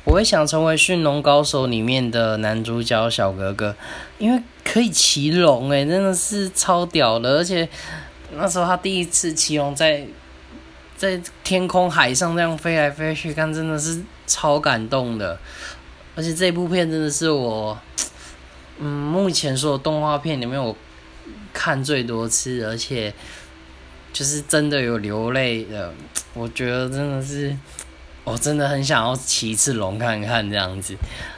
我会想成为驯龙高手里面的男主角小哥哥，因为可以骑龙真的是超屌的，而且那时候他第一次骑龙在天空海上这样飞来飞去，看真的是超感动的。而且这部片真的是我目前所有动画片里面我看最多次，而且就是真的有流泪的，我觉得真的是我真的很想要骑一次龙看看这样子。